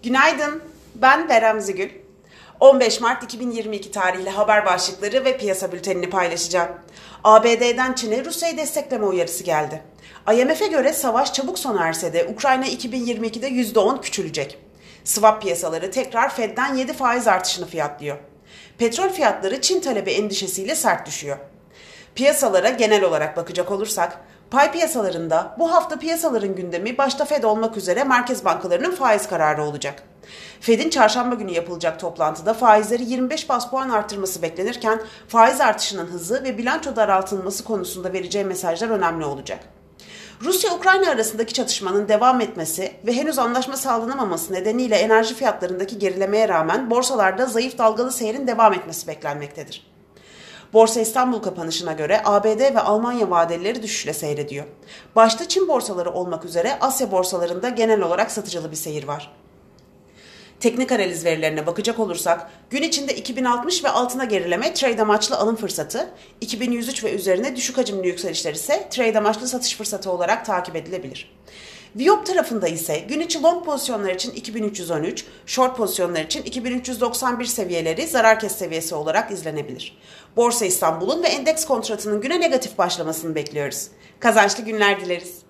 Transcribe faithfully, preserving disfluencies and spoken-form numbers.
Günaydın, ben Berem Zigül. on beş Mart iki bin yirmi iki tarihli haber başlıkları ve piyasa bültenini paylaşacağım. A B D'den Çin'e Rusya'yı destekleme uyarısı geldi. I M F'e göre savaş çabuk sona erse de Ukrayna iki bin yirmi ikide yüzde on küçülecek. Swap piyasaları tekrar Fed'den yedi faiz artışını fiyatlıyor. Petrol fiyatları Çin talebi endişesiyle sert düşüyor. Piyasalara genel olarak bakacak olursak, pay piyasalarında bu hafta piyasaların gündemi başta Fed olmak üzere merkez bankalarının faiz kararı olacak. Fed'in çarşamba günü yapılacak toplantıda faizleri yirmi beş bas puan artırması beklenirken faiz artışının hızı ve bilanço daraltılması konusunda vereceği mesajlar önemli olacak. Rusya-Ukrayna arasındaki çatışmanın devam etmesi ve henüz anlaşma sağlanamaması nedeniyle enerji fiyatlarındaki gerilemeye rağmen borsalarda zayıf dalgalı seyrin devam etmesi beklenmektedir. Borsa İstanbul kapanışına göre A B D ve Almanya vadelileri düşüşle seyrediyor. Başta Çin borsaları olmak üzere Asya borsalarında genel olarak satıcılı bir seyir var. Teknik analiz verilerine bakacak olursak, gün içinde iki bin altmış ve altına gerileme trade amaçlı alım fırsatı, iki bin yüz üç ve üzerine düşük hacimli yükselişler ise trade amaçlı satış fırsatı olarak takip edilebilir. Viyop tarafında ise gün içi long pozisyonlar için iki bin üç yüz on üç, short pozisyonlar için iki bin üç yüz doksan bir seviyeleri zarar kes seviyesi olarak izlenebilir. Borsa İstanbul'un ve endeks kontratının güne negatif başlamasını bekliyoruz. Kazançlı günler dileriz.